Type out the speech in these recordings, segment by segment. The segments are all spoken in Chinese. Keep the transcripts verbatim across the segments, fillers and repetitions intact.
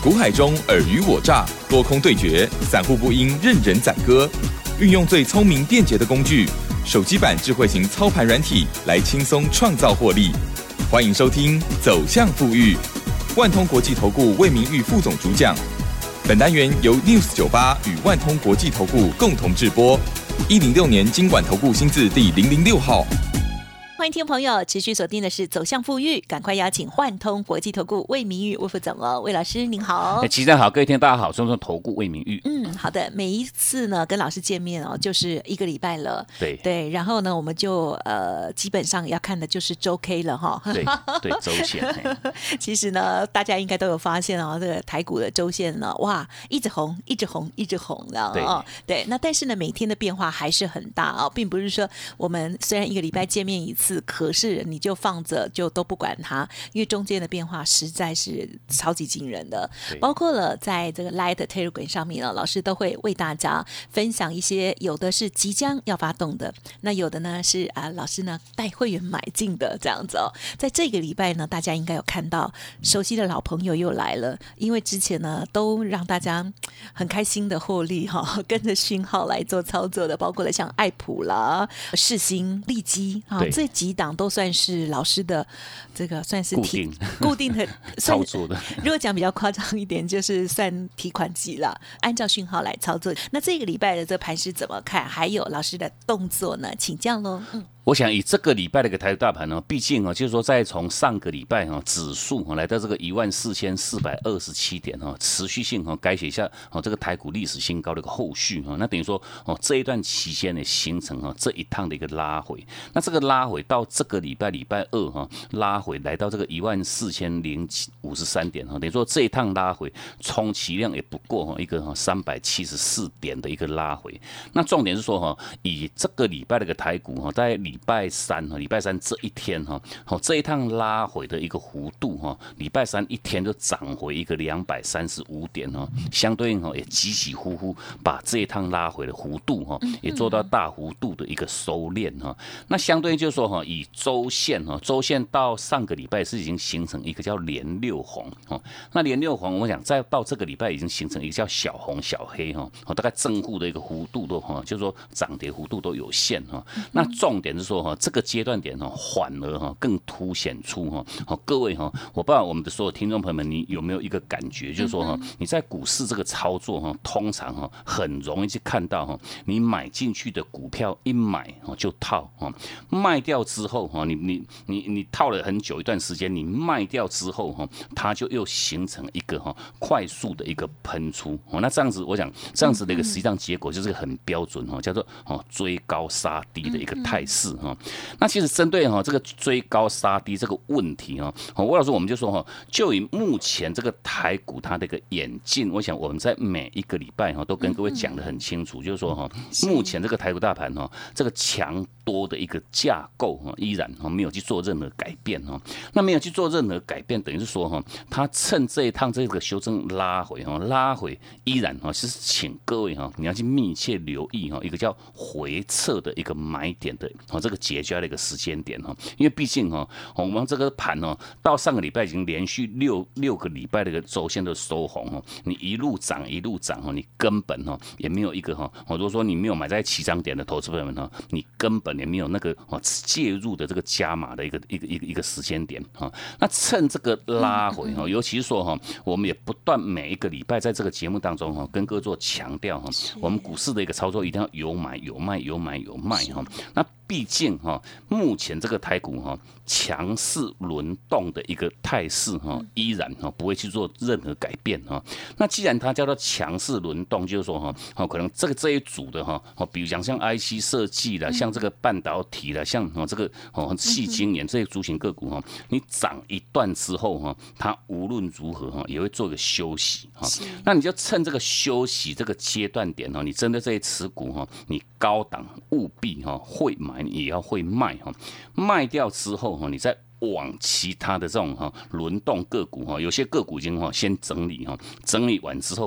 股海中尔虞我诈，多空对决，散户不应任人宰割。运用最聪明便捷的工具，手机版智慧型操盘软体来轻松创造获利。欢迎收听《走向富裕》，万通国际投顾魏明玉副总主讲。本单元由 News 九十八与万通国际投顾共同制播。一零六年金管投顾新字第零零六号。 欢迎听众朋友持续锁定的是走向富裕，赶快邀请万通国际投顾魏明玉魏副总哦，魏老师您好。 齐正好，各位听众大家好，双双投顾魏明玉。 嗯，好的，每一次呢跟老师见面哦，就是一个礼拜了。 对对，然后呢我们就呃基本上要看的就是周 K 了哈。 对对，周线。 其实呢，大家应该都有发现哦，这个台股的周线呢，哇，一直红，一直红，一直红的哦。对，那但是呢，每天的变化还是很大哦，并不是说我们虽然一个礼拜见面一次。可是你就放着就都不管它，因为中间的变化实在是超级惊人的，包括了在这个 Light Telegram 上面呢，老师都会为大家分享一些，有的是即将要发动的，那有的呢是啊老师呢带会员买进的这样子哦。在这个礼拜呢，大家应该有看到熟悉的老朋友又来了，因为之前呢都让大家很开心的获利哈、哦，跟着讯号来做操作的，包括了像爱普啦、世新、利基啊、哦，这几档都算是老师的这个算是固定固定的操作的。 如果讲比较夸张一点，就是算提款机啦，按照讯号来操作。那这个礼拜的这盘势怎么看？还有老师的动作呢？请教喽。嗯。 我想以这个礼拜的一个台股大盘呢，毕竟啊，就是说在从上个礼拜哈指数来到这个一万四千四百二十七点哈，持续性哈改写一下哦这个台股历史新高的一个后续哈，那等于说哦这一段期间呢形成哈这一趟的一个拉回，那这个拉回到这个礼拜礼拜二哈拉回来到这个一万四千零五十三点哈，等于说这一趟拉回充其量也不过哈一个哈三百七十四点的一个拉回，那重点是说哈以这个礼拜的一个台股哈在礼拜三哈，礼拜三这一天哈，好这一趟拉回的一个弧度哈，礼拜三一天就涨回一个两百三十五点哈，相对应哈也起起伏伏把这一趟拉回的弧度哈，也做到大幅度的一个收敛哈。那相对应就是说哈，以周线哈，周线到上个礼拜是已经形成一个叫连六红哈，那连六红我想再到这个礼拜已经形成一个叫小红小黑哈，大概正负的一个弧度都哈，就是说涨跌幅度都有限哈。那重点是说哈，这个阶段点哈，反而哈更凸显出哈，好各位哈，我不知道我们的所有听众朋友们，你有没有一个感觉，就是说哈，你在股市这个操作哈，通常哈很容易去看到哈，你买进去的股票一买就套哈，卖掉之后哈，你你你你套了很久一段时间，你卖掉之后哈，它就又形成一个哈快速的一个喷出，那这样子我想这样子的一个实际上结果就是很标准哈，叫做追高杀低的一个态势哈。那其实针对哈这个追高杀低这个问题哈，魏老师我们就说哈，就以目前这个台股它的一个演进，我想我们在每一个礼拜哈都跟各位讲得很清楚，就是说哈，目前这个台股大盘哈，这个强多的一个架构哈，依然哈没有去做任何改变哈。那没有去做任何改变，等于是说哈，它趁这一趟这个修正拉回哈，拉回依然哈是请各位哈，你要去密切留意哈，一个叫回撤的一个买点的哈这个结交的一个时间点哈，因为毕竟哈，我们这个盘哦，到上个礼拜已经连续六六个礼拜的一个周线都收红哦，你一路涨一路涨哦，你根本哈也没有一个哈，如果说你没有买在起涨点的投资朋友们哈，你根本也没有那个介入的这个加码的一个一个一个一个时间点哈。那趁这个拉回哈，尤其是说哈，我们也不断每一个礼拜在这个节目当中哈，跟各位做强调哈，我们股市的一个操作一定要有买有卖有买有卖哈。那毕竟哈，目前这个台股哈强势轮动的一个态势哈，依然哈不会去做任何改变哈。那既然它叫做强势轮动，就是说哈，可能这个这一组的哈，比如讲像 I C 设计啦，像这个半导体啦，像这个哦矽晶圆这些族群个股哈，你涨一段之后哈，它无论如何哈也会做一个休息哈。那你就趁这个休息这个阶段点哈，你针对这些持股哈，你高档务必哈会买。也要会卖哈，卖掉之后哈，你再往其他的这种哈轮动个股哈，有些个股已经哈先整理哈，整理完之后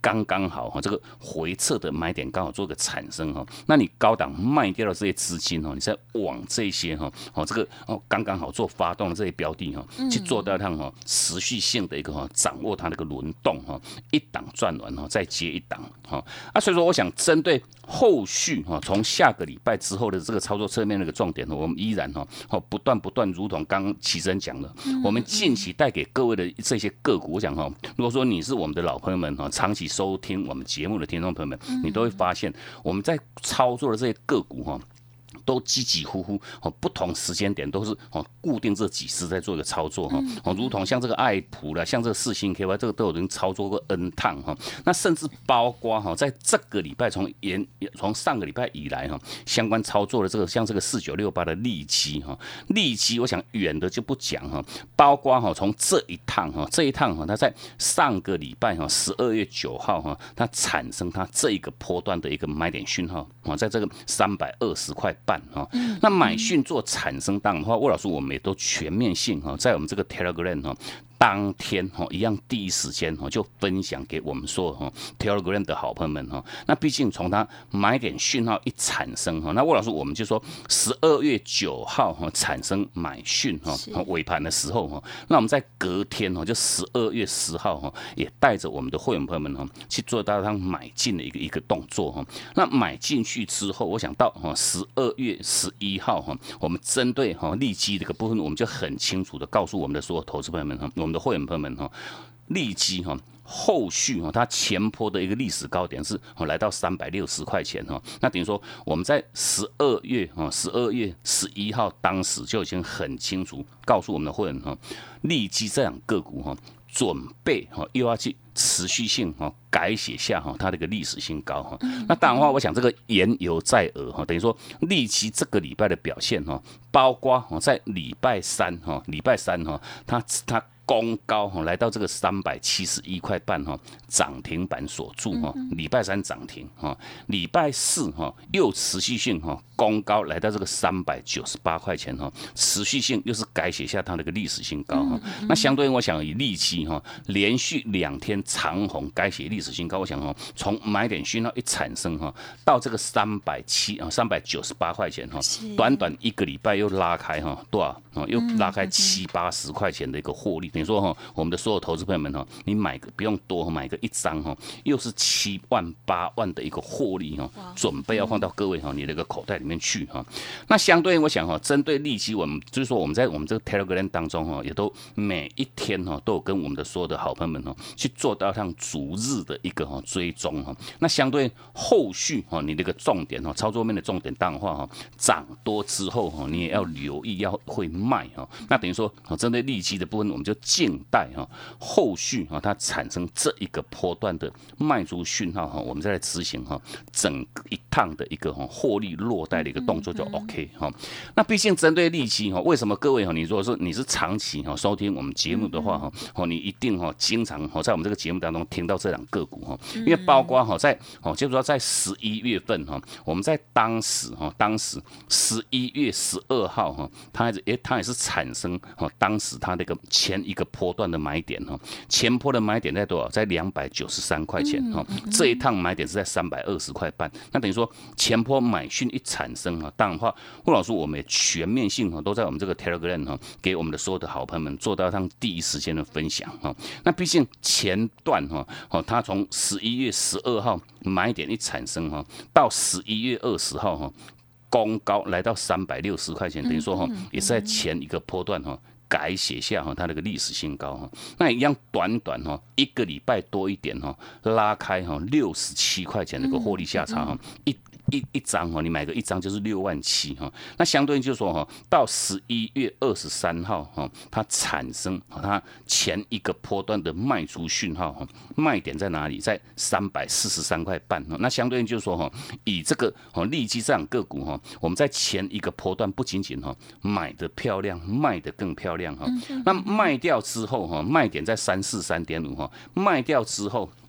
刚刚好哈，这个回撤的买点刚好做个产生哈，那你高档卖掉的这些资金哈，你再往这些哈，哦这个哦刚刚好做发动的这些标的哈，去做到它哈持续性的一个哈掌握它那个轮动哈，一档赚完哈再接一档哈啊，所以说我想针对后续哈从下个礼拜之后的这个操作侧面那个重点，我们依然哈哦不断不断，如同刚刚齐真讲的，我们近期带给各位的这些个股，我想哈，如果说你是我们的老朋友们哈，长期收听我们节目的听众朋友们，你都会发现我们在操作的这些个股哈。都起起伏伏，不同时间点都是固定这几次在做一个操作哈，如同像这个爱普啦，像这个世芯 K Y 这个都有人操作过 N 趟哈，那甚至包括哈，在这个礼拜从延从上个礼拜以来哈，相关操作的这个像这个四九六八的利基哈，利基我想远的就不讲哈，包括哈从这一趟哈，这一趟哈，它在上个礼拜哈十二月九号哈，它产生它这一个波段的一个买点讯号啊，在这个三百二十块半。那买讯做产生档的话，魏老师我们也都全面性在我们这个 Telegram 当天一样第一时间就分享给我们说 Telegram 的好朋友们。那毕竟从它买点讯号一产生，那魏老师我们就说十二月九号产生买讯尾盘的时候，那我们在隔天就十二月十号也带着我们的会员朋友们去做到它买进的一个一个动作。那买进去之后，我想到十二月十一号我们针对利基这个部分，我们就很清楚的告诉我们的所有投资朋友们，我们的会员朋友们，利基后续它前波的一个历史高点是来到三百六十块钱，那等于说我们在十二月十二月十一号当时就已经很清楚告诉我们的会员，利基这样个股准备又要去持续性改写下它的一个历史新高。那当然的话，我想这个言犹在耳，等于说利基这个礼拜的表现，包括在礼拜三，礼拜三它它攻高来到这个三百七十一块半，涨停板锁住，礼拜三涨停，礼拜四又持续性攻高来到这个三百九十八块钱，持续性又是改写下它的一个历史新高。那相对我想以利基连续两天长红改写历史新高，我想从买点讯号一产生到这个三百七三百九十八块钱，短短一个礼拜又拉开多少？又拉开七八十块钱的一个获利。等于说我们的所有投资朋友们，你买个不用多，买个一张又是七万八万的一个获利，准备要放到各位你的一个口袋里面去。那相对我想针对利基，我们就是说我们在我们这个 Telegram 当中也都每一天都有跟我们的所有的好朋友们去做到像逐日的一个追踪。那相对后续你的一个重点操作面的重点，当然话涨多之后你也要留意要会卖。那等于说针对利基的部分，我们就静待后续它产生这一个波段的卖出讯号，我们再来执行整一趟的一个获利落袋的一个动作就 OK。那毕竟针对利基，为什么各位你如果说你是长期收听我们节目的话，你一定经常在我们这个节目当中听到这两个股，因为包括在就是说在十一月份，我们在当时当时十一月十二号，它也它也是产生当时它那个前一个波段的买点，前波的买点在多少？在两百九十三块钱，这一趟买点是在三百二十块半。那等于说前波买讯一产生，当然话，胡老师我们也全面性都在我们这个 Telegram 给我们的所有的好朋友们做到上第一时间的分享。那毕竟前段它从十一月十二号买点一产生，到十一月二十号攻高来到三百六十块钱，等于说也是在前一个波段改写下它的一个历史新高。那一样短短一个礼拜多一点拉开六十七块钱的一个获利下差，一一一张你买个一张就是六万七。那相对就是说到十一月二十三号它产生它前一个波段的卖出讯号，卖点在哪里？在三百四十三块半。那相对就是说以这个利基这样个股，我们在前一个波段不仅仅买得漂亮，卖得更漂亮。那卖掉之后卖点在三四三点五，卖掉之后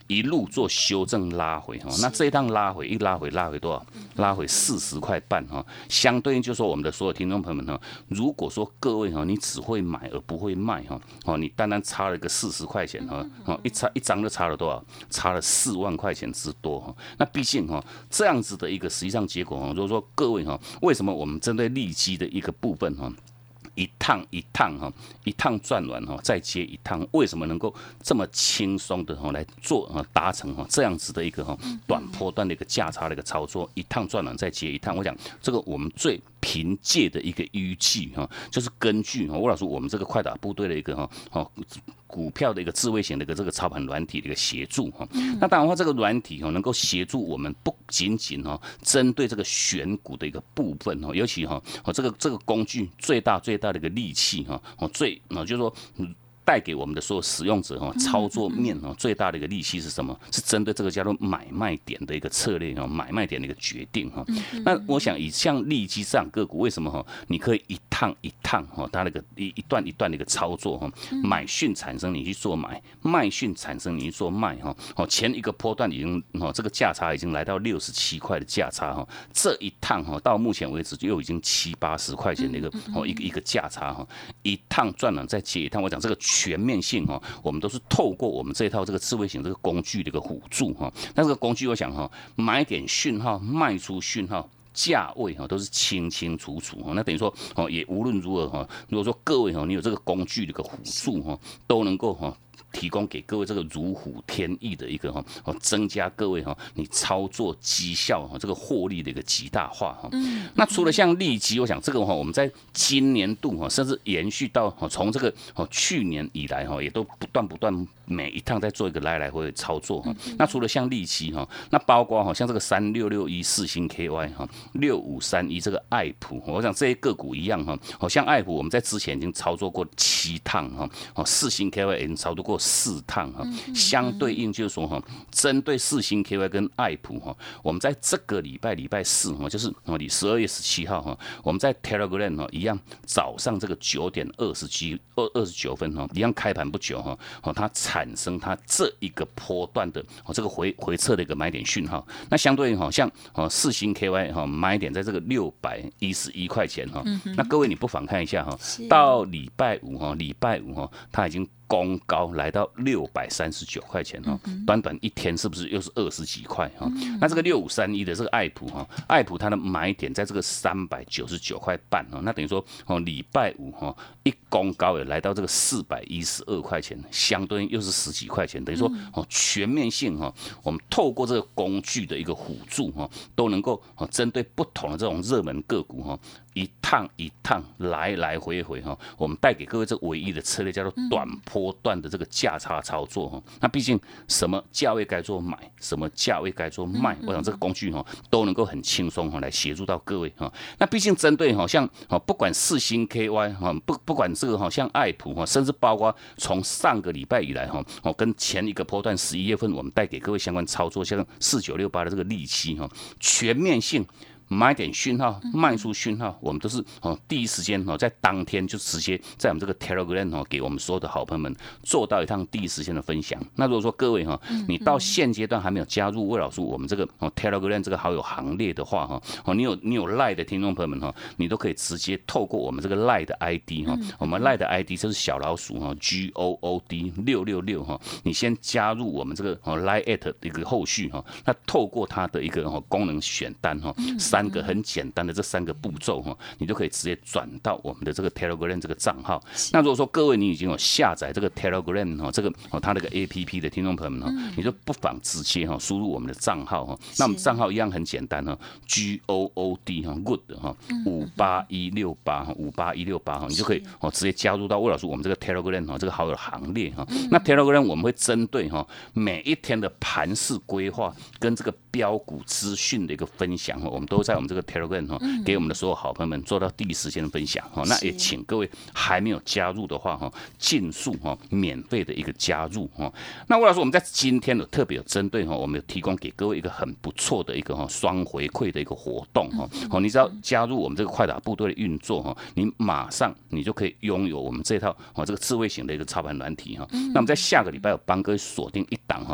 一路做修正拉回哈。那这一趟拉回一拉回拉回多少？拉回四十块半哈。相对应就是说我们的所有听众朋友们哈，如果说各位哈你只会买而不会卖哈，哦你单单差了一个四十块钱哈，哦一差一张就差了多少？差了四万块钱之多哈。那毕竟哈这样子的一个实际上结果哈，如果说各位哈，为什么我们针对利基的一个部分哈？一趟一趟哈，一趟赚完哈，再接一趟，为什么能够这么轻松的哈来做哈达成哈这样子的一个哈短波段的一个价差的一个操作，一趟赚完再接一趟？我想这个我们最凭借的一个依据哈，就是根据哈，魏老师我们这个快打部队的一个哈哦股票的一个智慧型的一个这个操盘软体的一个协助哈。那当然话，这个软体哈能够协助我们不仅仅哈针对这个选股的一个部分哈，尤其哈哦这个这个工具最大最大的一个利器哈哦最哦就是说嗯。带给我们的所有使用者哈，操作面哈最大的一个利器是什么？是针对这个叫做买卖点的一个策略哈，买卖点的一个决定哈。那我想以像利基这样个股，为什么哈？你可以一趟一趟哈，它那个一一段一段的一个操作哈，买讯产生你去做买，卖讯产生你去做卖哈。哦，前一个波段已经哦，这个价差已经来到六十七块的价差哈，这一趟哈到目前为止又已经七八十块钱的一个哦一个一个价差哈，一趟赚了再接一趟，我讲这个。全面性哈，我们都是透过我们这一套这个智慧型这个工具的一个辅助哈。那这个工具我想哈，买点讯号，卖出讯号。价位哈都是清清楚楚哈，那等于说哦，也无论如何哈，如果说各位哈，你有这个工具的一个辅助哈，都能够哈。提供给各位这个如虎添翼的一个哈，哦，增加各位哈你操作绩效哈这个获利的一个极大化哈。那除了像利基，我想这个哈我们在今年度哈，甚至延续到从这个哦去年以来哈，也都不断不断每一趟在做一个来来回回操作哈。那除了像利基哈，那包括哈像这个三六六一四星 K Y 哈，六五三一这个爱普，我想这些个股一样哈，好像爱普我们在之前已经操作过七趟哈，哦四星 K Y 已经操作过。四趟哈，相对应就是说哈，针对四星 K Y 跟爱普哈，我们在这个礼拜礼拜四哈，就是哦，你十二月十七号哈，我们在 Telegram 哈一样早上这个九点二十几二二十九分哈，一样开盘不久哈，哦，它产生它这一个波段的哦这个回回撤的一个买点讯号。那相对应哈，像哦四星 K Y 哈买点在这个六百一十一块钱哈，那各位你不妨看一下哈，到礼拜五哈，礼拜五哈，它已经。攻高来到六百三十九块钱哈，短短一天是不是又是二十几块哈？那这个六五三一的这个爱普哈，爱普它的买点在这个三百九十九块半哈，那等于说哦礼拜五哈一攻高也来到这个四百一十二块钱，相对又是十几块钱，等于说哦全面性哈，我们透过这个工具的一个辅助哈，都能够哦针对不同的这种热门个股哈。一趟一趟来来回回哈，我们带给各位这唯一的策略叫做短波段的这个价差操作哈。那毕竟什么价位该做买，什么价位该做卖，我想这个工具哈都能够很轻松哈来协助到各位哈。那毕竟针对哈像不管四星 K Y 哈，不不管这个哈像爱普哈，甚至包括从上个礼拜以来哈，哦跟前一个波段十一月份我们带给各位相关操作，像四九六八的这个利基哈，全面性。买点讯号，卖出讯号，我们都是哦第一时间哦在当天就直接在我们这个 Telegram 哦给我们所有的好朋友们做到一趟第一时间的分享。那如果说各位哈，你到现阶段还没有加入魏老师我们这个哦 Telegram 这个好友行列的话哈，哦你有你有 Line 的听众朋友们哈，你都可以直接透过我们这个 Line 的 I D 哈，我们 Line 的 I D 就是小老鼠哈 G O O D 六六六哈，你先加入我们这个哦 Line at 的一个后续哈，那透过它的一个哦功能选单哈。三个很简单的这三个步骤哈，你就可以直接转到我们的这个 Telegram 这个账号。那如果说各位你已经有下载这个 Telegram 哈，这个哦它那个 A P P 的听众朋友们哈，你就不妨直接哈输入我们的账号哈。那我们账号一样很简单哈 ，G O O D 哈 Good 哈五八一六八哈五八一六八哈，你就可以哦直接加入到魏老师我们这个 Telegram 哈这个好友行列哈。那 Telegram 我们会针对哈每一天的盘势规划跟这个标股资讯的一个分享哈，我们都在我们这个 Telegram 哈，给我们的所有好朋友们做到第一时间的分享哈。那也请各位还没有加入的话哈，尽速哈免费的一个加入哈。那魏老师，我们在今天有特别有针对哈，我们有提供给各位一个很不错的一个哈双回馈的一个活动哈。哦，你只要加入我们这个快打部队的运作哈，你马上你就可以拥有我们这套哦这个智慧型的一个操盘软体哈。那我们在下个礼拜有帮各位锁定一档哈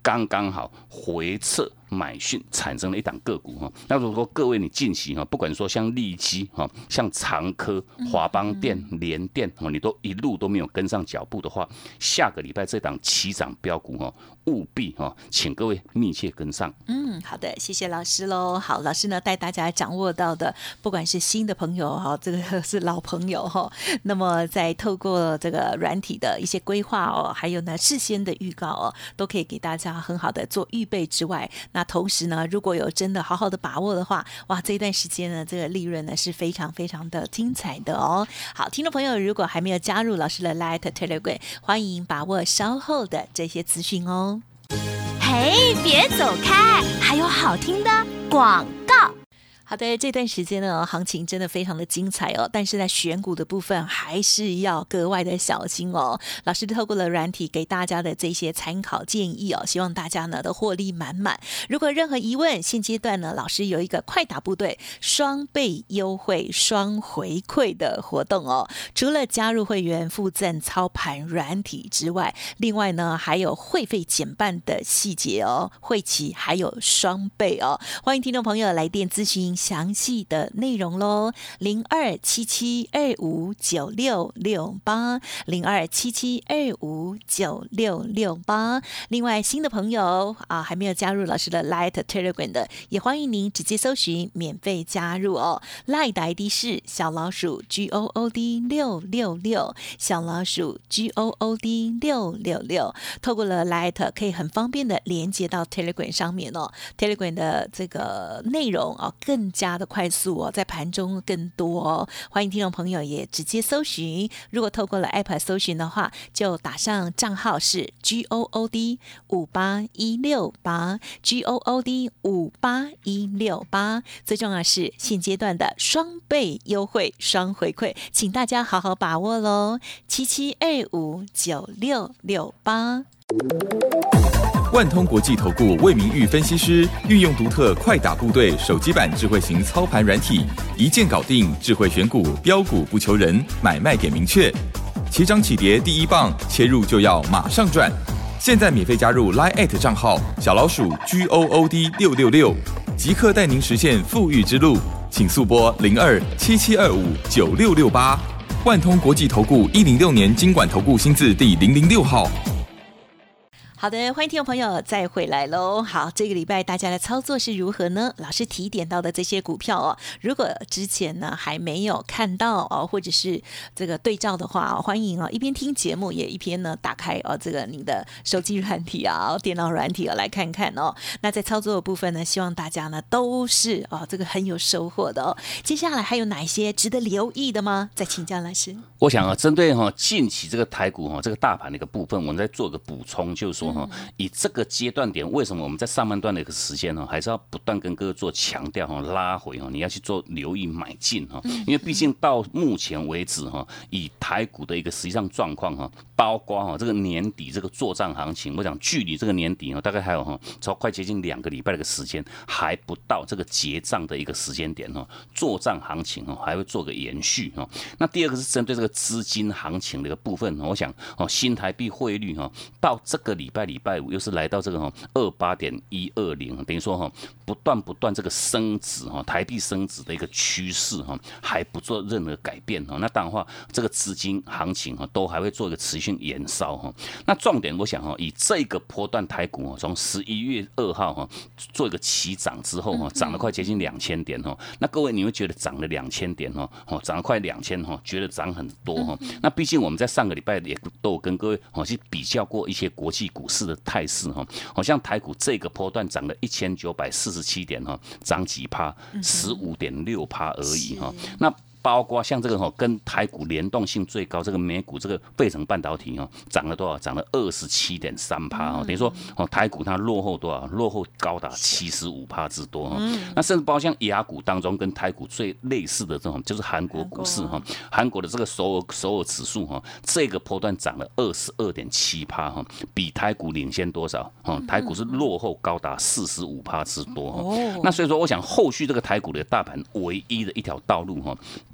刚刚好回撤买讯产生了一档个股哈。那如果说各位你近期哈，不管说像利基哈、像长科、华邦电、联电哈，你都一路都没有跟上脚步的话，下个礼拜这档起涨标股哈，务必哈，请各位密切跟上。 嗯，好的，谢谢老师喽。好，老师呢带大家掌握到的，不管是新的朋友哈，这个是老朋友哈，那么在透过这个软体的一些规划哦，还有呢事先的预告哦，都可以给大家很好的做预备之外，那同时呢，如果有真的好好的把握的话，哇，这一段时间呢，这个利润呢是非常非常的精彩的哦。好，听众朋友，如果还没有加入老师的 Light Telegram， 欢迎把握稍后的这些资讯哦。 嘿，别走开，还有好听的广告。 好的，这段时间呢，行情真的非常的精彩哦，但是在选股的部分还是要格外的小心哦。老师透过了软体给大家的这些参考建议哦，希望大家呢都获利满满。如果有任何疑问，现阶段呢，老师有一个快打部队双倍优惠、双回馈的活动哦。除了加入会员附赠操盘软体之外，另外呢还有会费减半的细节哦，会期还有双倍哦。欢迎听众朋友来电咨询详细的内容咯，零二七七二五九六六八，零二七七二五九六六八。另外，新的朋友啊，还没有加入老师的 Light Telegram 的，也欢迎您直接搜寻免费加入哦。Light 的 I D 是小老鼠 G O O D 六六六，小老鼠 G O O D 六六六。透过了 Light 可以很方便的连接到 Telegram 上面哦。Telegram 的这个内容哦，更更加的快速哦，在盘中更多哦，欢迎听众朋友也直接搜寻。如果透过了 App 搜寻的话，就打上账号是 G O O D 五八一六八 G O O D 五八一六八。最重要是现阶段的双倍优惠、双回馈，请大家好好把握喽！七七二五九六六八。 万通国际投顾魏明玉分析师运用独特快打部队手机版智慧型操盘软体，一键搞定智慧选股，标股不求人，买卖点明确。起涨起跌第一棒，切入就要马上赚。现在免费加入 Line@ 账号小老鼠 G O O D 六六六，即刻带您实现富裕之路。请速拨零二七七二五九六六八。万通国际投顾一零六年金管投顾新字第零零六号。 好的，欢迎听众朋友再回来喽。好，这个礼拜大家的操作是如何呢？老师提点到的这些股票哦，如果之前呢还没有看到哦，或者是这个对照的话、哦，欢迎哦，一边听节目也一边呢打开哦这个您的手机软体啊、电脑软体啊来看看哦。那在操作的部分呢，希望大家呢都是哦这个很有收获的哦。接下来还有哪一些值得留意的吗？再请教老师。 我想啊，针对哈近期这个台股哈这个大盘的一个部分，我们再做个补充，就是说。以这个阶段点，为什么我们在上半段的一个时间呢，还是要不断跟各位做强调哈，拉回哈，你要去做留意买进哈，因为毕竟到目前为止哈，以台股的一个实际上状况哈，包括哈这个年底这个作战行情，我讲距离这个年底哈，大概还有哈超快接近两个礼拜的一个时间，还不到这个结账的一个时间点哈，作战行情哈还会做个延续哈。那第二个是针对这个资金行情的一个部分，我想哦新台币汇率哈到这个礼拜礼拜五又是来到这个哈二八点一二零，等于说哈不断不断这个升值哈台币升值的一个趋势哈还不做任何改变哈。那当然话这个资金行情哈都还会做一个持续延烧哈。那重点我想哈以这个波段台股从十一月二号哈做一个起涨之后哈涨了快接近两千点哈。那各位你会觉得涨了两千点哈哦涨了快两千哈觉得涨很多哈。那毕竟我们在上个礼拜也都有跟各位哦去比较过一些国际股市的态势哈，好像台股这个波段涨了一千九百四十七点哈，涨几趴，十五点六趴而已哈。那包括像这个哈，跟台股联动性最高这个美股这个费城半导体哈，涨了多少？涨了二十七点三趴哈，等于说哦，台股它落后多少？落后高达七十五趴之多哈。那甚至包括像亚股当中跟台股最类似的这种，就是韩国股市哈，韩国的这个首尔首尔指数哈，这个波段涨了二十二点七趴哈，比台股领先多少？哈，台股是落后高达四十五趴之多哈。那所以说，我想后续这个台股的大盘唯一的一条道路哈。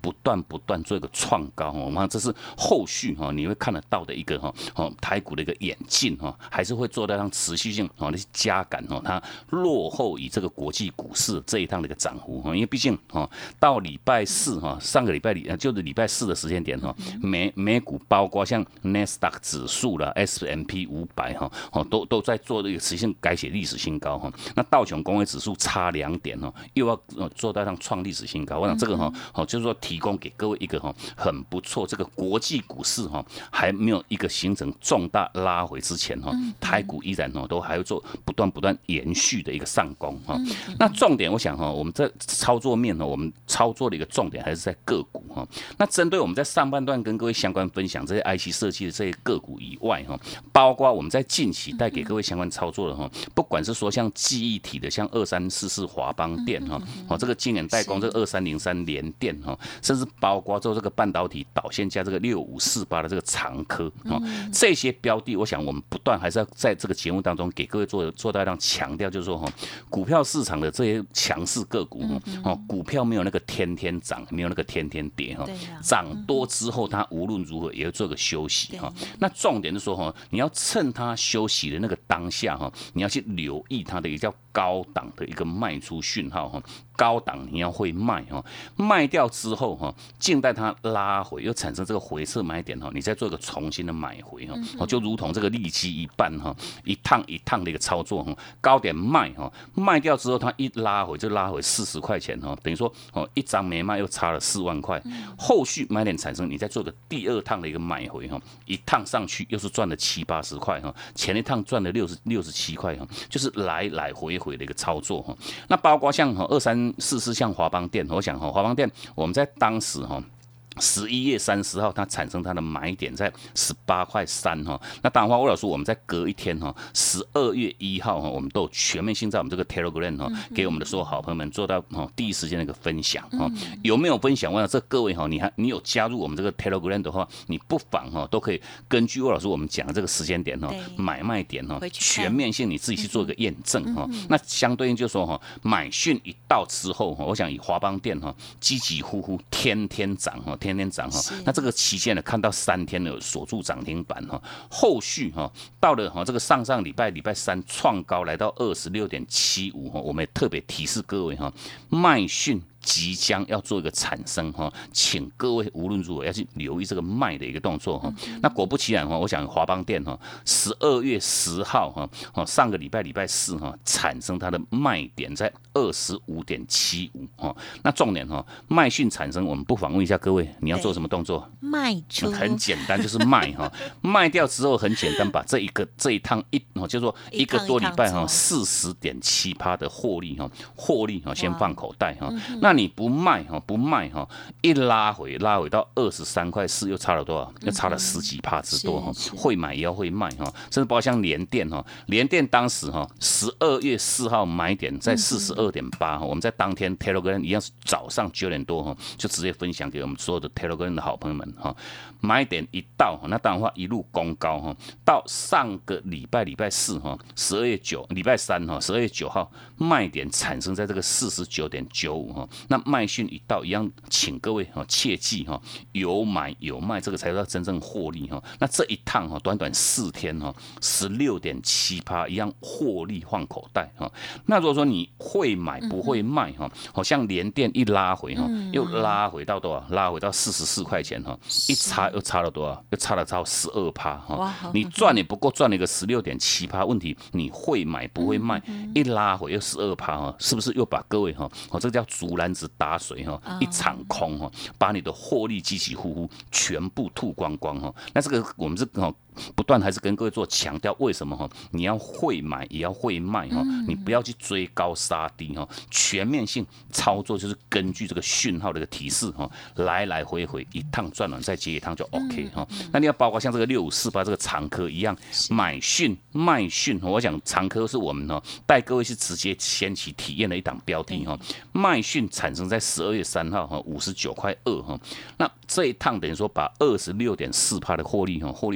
不断不断做一个创高哦，那这是后续哈你会看得到的一个哈哦台股的一个演进哈，还是会做到让持续性哦那些加感哦，它落后于这个国际股市这一趟的一个涨幅哈，因为毕竟哦到礼拜四哈上个礼拜里就是礼拜四的时间点哈，美美股包括像 Nasdaq 指数啦 S and P 五百哈哦都都在做这个持续性改写历史新高哈，那道琼工业指数差两点哦，又要做到让创历史新高，我想这个哈哦就是说提供给各位一个哈很不错，这个国际股市哈还没有一个形成重大拉回之前哈，台股依然哦都还会做不断不断延续的一个上攻哈。那重点我想哈，我们在操作面呢，我们操作的一个重点还是在个股哈。那针对我们在上半段跟各位相关分享这些 I C 设计的这些个股以外哈，包括我们在近期带给各位相关操作的哈，不管是说像记忆体的，像二三四四华邦电哈，哦这个晶圆代工这个二三零三联电哈，甚至包括做这个半导体导线加这个六五四八的这个长科哦，这些标的，我想我们不断还是要在这个节目当中给各位做做到让强调，就是说哈，股票市场的这些强势个股哦，股票没有那个天天涨，没有那个天天跌哈，涨多之后它无论如何也要做个休息哈。那重点是说哈，你要趁它休息的那个当下哈，你要去留意它的一个叫高档的一个卖出讯号哈，高档你要会卖哈，卖掉之后哈，静待它拉回又产生这个回撤买点哈，你再做一个重新的买回哈，就如同这个利基一半哈，一趟一趟的一个操作哈，高点卖哈，卖掉之后它一拉回就拉回四十块钱哈，等于说哦一张没卖又差了四万块，后续买点产生，你再做个第二趟的一个买回哈，一趟上去又是赚了七八十块哈，前一趟赚了六十六十七块哈，就是来来回回的一个操作哈。那包括像二三四四像华邦电，我想哈华邦电我们在当时哈。十一月三十号，它产生它的买点在十八块三哈。那当然话，魏老师，我们在隔一天哈，十二月一号哈，我们都有全面性在我们这个 Telegram 哈，给我们的所有好朋友们做到哈第一时间的一个分享哈。有没有分享？我想这各位哈，你还你有加入我们这个 Telegram 的话，你不妨哈都可以根据魏老师我们讲的这个时间点哈，买卖点哈，全面性你自己去做一个验证哈。那相对应就说哈，买讯一到之后哈，我想以华邦电哈，积极呼呼天天涨哈。天天涨哈，那这个期间呢，看到三天的锁住涨停板哈，后续哈到了哈这个上上礼拜礼拜三创高来到二十六点七五哈，我们也特别提示各位哈，卖讯即将要做一个产生哈，请各位无论如何要去留意这个卖的一个动作哈。那果不其然哈，我想华邦电哈，十二月十号哈，哦上个礼拜礼拜四哈产生它的卖点在二十五点七五哈。那重点哈，卖讯产生，我们不妨问一下各位，你要做什么动作？ 卖出， 很简单，就是卖哈。卖掉之后很简单，把这一个这一趟一哦，就说一个多礼拜哈，四十点七趴的获利哈，获利哈先放口袋哈。那你不卖哈，不卖哈，一拉回拉回到二十三块四，又差了多少？又差了十几趴之多哈。会买也要会卖哈，甚至包括像联电哈，联电当时哈十二月四号买点在四十二点八，我们在当天 Telegram 一样是早上九点多哈，就直接分享给我们所有的 Telegram 的好朋友们哈。买点一到，那当然话一路攻高哈，到上个礼拜礼拜四哈，十二月九礼拜三哈，十二月九号卖点产生在这个四十九点九五哈。那卖讯一到，一样，请各位哈切记哈，有买有卖，这个才叫真正获利哈。那这一趟哈，短短四天哈，十六点七趴，一样获利换口袋哈。那如果说你会买不会卖哈，好像联电一拉回哈，又拉回到多少？拉回到四十四块钱哈，一差又差了多少？又差了超十二趴哈。你赚也不过赚了一个十六点七趴，问题你会买不会卖？一拉回又十二趴哈，是不是又把各位哈，哦这个叫竹篮子打水哈，一场空哈，把你的获利起起呼呼全部吐光光哈。那这个我们是哈。不断还是跟各位做强调，为什么哈？你要会买也要会卖哈，你不要去追高杀低哈。全面性操作就是根据这个讯号的一个提示哈，来来回回一趟赚完再接一趟就 OK 哈。那你要包括像这个六五四八这个长科一样，买讯卖讯，我想长科是我们哈带各位是直接先期体验的一档标的哈。卖讯产生在十二月三号哈五十九块二哈，那这一趟等于说把二十六点四趴的获利哈获利换口袋。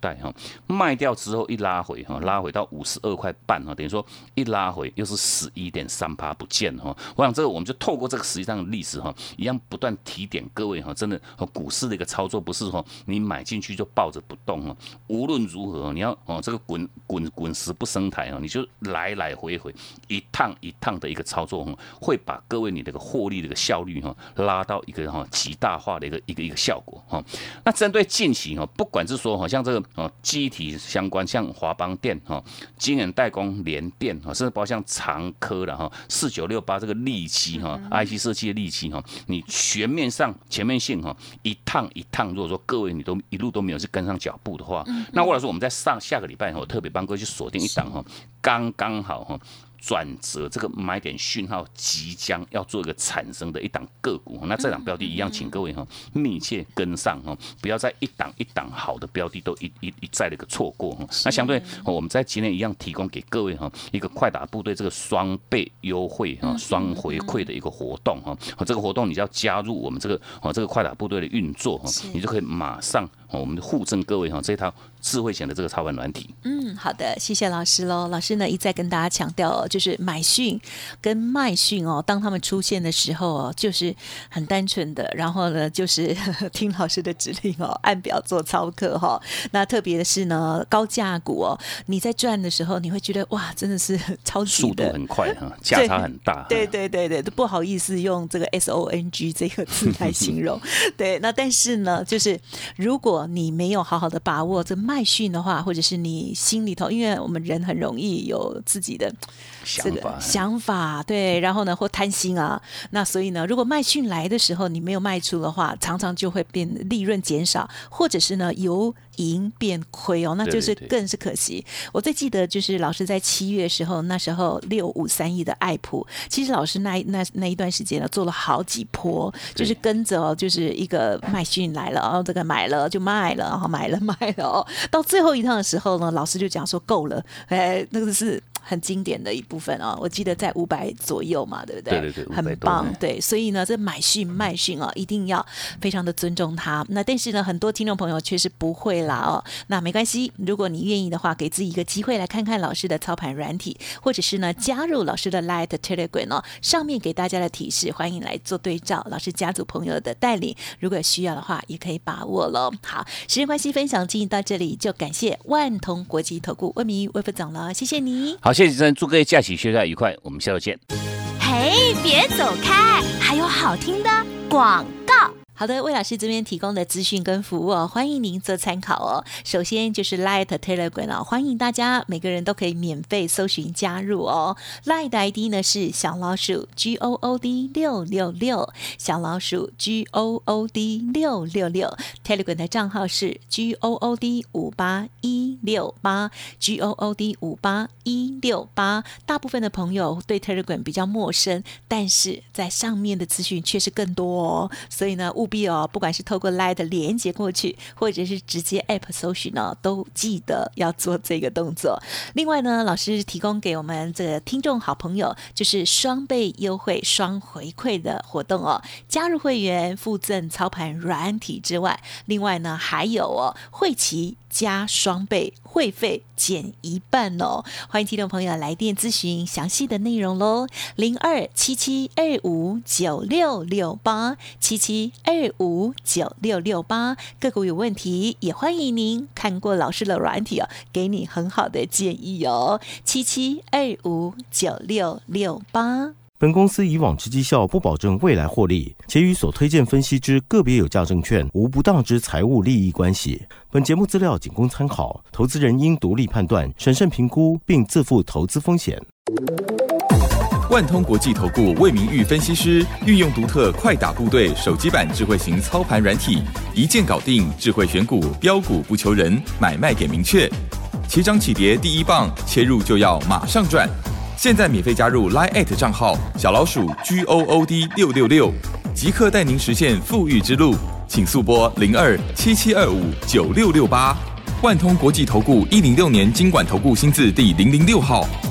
代哈，卖掉之后一拉回哈，拉回到五十二块半哈，等于说一拉回又是十一点三趴不见哈。我想这个我们就透过这个实际上的历史哈，一样不断提点各位哈，真的股市的一个操作不是哈，你买进去就抱着不动哈，无论如何你要哦这个滚滚滚石不生台哈，你就来来回回一趟一趟的一个操作哈，会把各位你的一个获利的一个效率哈拉到一个哈极大化的一个一个一个效果哈。那针对近期哈，不管是说哈像这个哦记忆体相关，像华邦电哈、晶圆代工联电哈，甚至包括像长科了哈，四九六八这个利基哈 ，I C 设计的利基哈，你全面上全面性哈，一趟一趟，如果说各位你都一路都没有去跟上脚步的话，那或者说我们在上下个礼拜哈，我特别帮各位去锁定一档哈，刚刚好哈。转折这个买点讯号即将要做一个产生的一档个股，那这档标的一样，请各位哈密切跟上哈，不要在一档一档好的标的都一一一再的一个错过哈。那相对我们在今天一样提供给各位哈一个快打部队这个双倍优惠哈、双回馈的一个活动哈。这个活动你就要加入我们这个哦这个快打部队的运作哈，你就可以马上我们护证各位哈这套智慧型的这个操盘软体。 嗯，好的，谢谢老师喽。老师呢一再跟大家强调哦，就是买讯跟卖讯哦，当他们出现的时候哦，就是很单纯的，然后呢就是呵呵听老师的指令哦，按表做操课哈、哦。那特别的是呢，高价股哦，你在赚的时候，你会觉得哇，真的是超级的速度很快哈，价差很大。 对对对对，都不好意思用这个 S O N G 这个字来形容。对，那但是呢，就是如果你没有好好的把握这卖讯的话，或者是你心里头，因为我们人很容易有自己的这个想法，对，然后呢或贪心啊，那所以呢，如果卖讯来的时候你没有卖出的话，常常就会变利润减少，或者是呢由盈变亏哦，那就是更是可惜。对对对，我最记得就是老师在七月的时候，那时候六五三亿的爱普，其实老师那那那一段时间呢做了好几波，就是跟着哦，就是一个卖讯来了，然后这个买了就卖了，然后买了卖了哦，到最后一趟的时候呢，老师就讲说够了，哎，那个是很经典的一部分哦，我记得在五百左右嘛，对不对？ 对对对， 很棒，对，所以呢，这买讯卖讯哦，一定要非常的尊重它。那但是呢，很多听众朋友确实不会啦哦，那没关系，如果你愿意的话，给自己一个机会来看看老师的操盘软体，或者是呢加入老师的 Light Telegram 哦，上面给大家的提示，欢迎来做对照，老师家族朋友的带领，如果需要的话，也可以把握咯。好，时间关系，分享进行到这里，就感谢万通国际投顾魏明宇魏副总了，谢谢你。 好，谢谢主持人，祝各位假期休假愉快，我们下周见。 嘿，别走开，还有好听的广告。 好的，魏老师这边提供的资讯跟服务哦，欢迎您做参考哦。首先就是 Light Telegram 哦，欢迎大家每个人都可以免费搜寻加入哦。Light 的 I D 呢是小老鼠 G O O D 六六六，小老鼠 G O O D 六六六。Telegram 的账号是 G O O D 五八一六八 G O O D 五八一六八。大部分的朋友对 Telegram 比较陌生，但是在上面的资讯却是更多哦，所以呢务必哦，不管是透过 Light 连接过去，或者是直接 App 搜寻哦，都记得要做这个动作。另外呢，老师提供给我们这个听众好朋友，就是双倍优惠、双回馈的活动哦。加入会员附赠操盘软体之外，另外呢还有哦会期加双倍，会费减一半哦。欢迎听众朋友来电咨询详细的内容喽，零二七七二五九六六八七七二五九六六八。个股有问题，也欢迎您看过老师的软体哦，给你很好的建议哦。七七二五九六六八。 本公司以往之绩效不保证未来获利，且与所推荐分析之个别有价证券无不当之财务利益关系。本节目资料仅供参考，投资人应独立判断、审慎评估，并自负投资风险。 万通国际投顾魏明玉分析师运用独特快打部队手机版智慧型操盘软体，一键搞定智慧选股，标股不求人，买卖给明确。起涨起跌第一棒，切入就要马上赚。现在免费加入 Line@ 账号小老鼠 G O O D 六六六，即刻带您实现富裕之路。请速拨零二七七二五九六六八。万通国际投顾一零六年金管投顾新字第零零六号。